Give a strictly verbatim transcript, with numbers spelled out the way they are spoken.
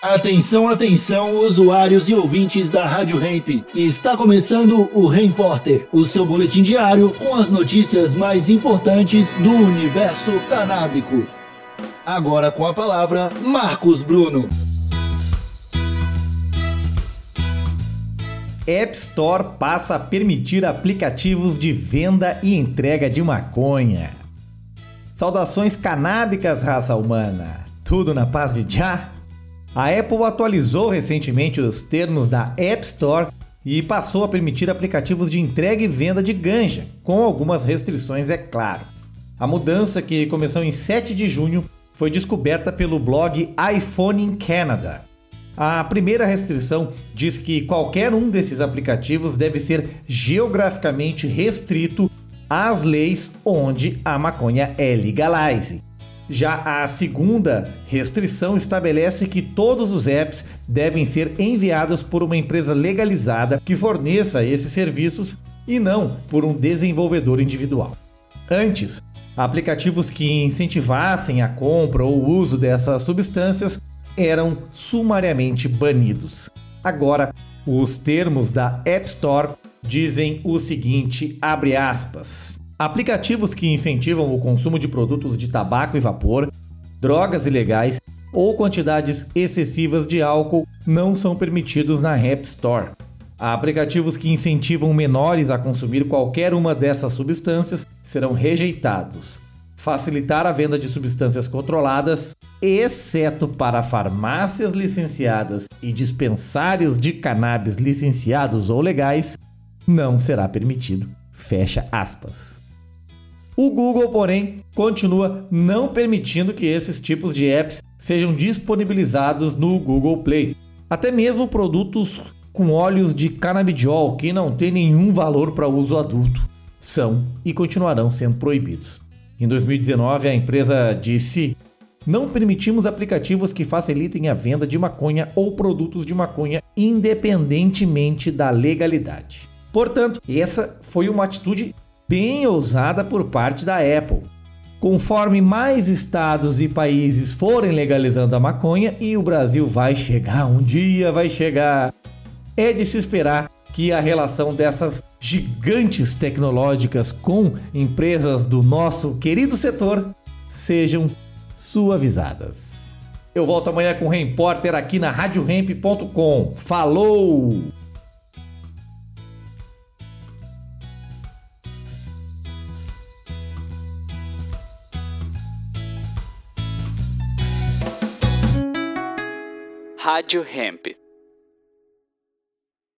Atenção, atenção, usuários e ouvintes da Rádio Hemp. Está começando o Hemporter, o seu boletim diário com as notícias mais importantes do universo canábico. Agora com a palavra, Marcos Bruno. App Store passa a permitir aplicativos de venda e entrega de maconha. Saudações canábicas, raça humana. Tudo na paz de Jah? A Apple atualizou recentemente os termos da App Store e passou a permitir aplicativos de entrega e venda de ganja, com algumas restrições, é claro. A mudança, que começou em sete de junho, foi descoberta pelo blog iPhone in Canada. A primeira restrição diz que qualquer um desses aplicativos deve ser geograficamente restrito às leis onde a maconha é legalized. Já a segunda restrição estabelece que todos os apps devem ser enviados por uma empresa legalizada que forneça esses serviços e não por um desenvolvedor individual. Antes, aplicativos que incentivassem a compra ou o uso dessas substâncias eram sumariamente banidos. Agora, os termos da App Store dizem o seguinte, abre aspas: aplicativos que incentivam o consumo de produtos de tabaco e vapor, drogas ilegais ou quantidades excessivas de álcool não são permitidos na App Store. Aplicativos que incentivam menores a consumir qualquer uma dessas substâncias serão rejeitados. Facilitar a venda de substâncias controladas, exceto para farmácias licenciadas e dispensários de cannabis licenciados ou legais, não será permitido. Fecha aspas. O Google, porém, continua não permitindo que esses tipos de apps sejam disponibilizados no Google Play. Até mesmo produtos com óleos de canabidiol que não têm nenhum valor para uso adulto são e continuarão sendo proibidos. Em dois mil e dezenove, a empresa disse: não permitimos aplicativos que facilitem a venda de maconha ou produtos de maconha independentemente da legalidade. Portanto, essa foi uma atitude bem ousada por parte da Apple. Conforme mais estados e países forem legalizando a maconha, e o Brasil vai chegar, um dia vai chegar, é de se esperar que a relação dessas gigantes tecnológicas com empresas do nosso querido setor sejam suavizadas. Eu volto amanhã com o Hemporter aqui na rádio hemp ponto com. Falou! Rádio Hemp.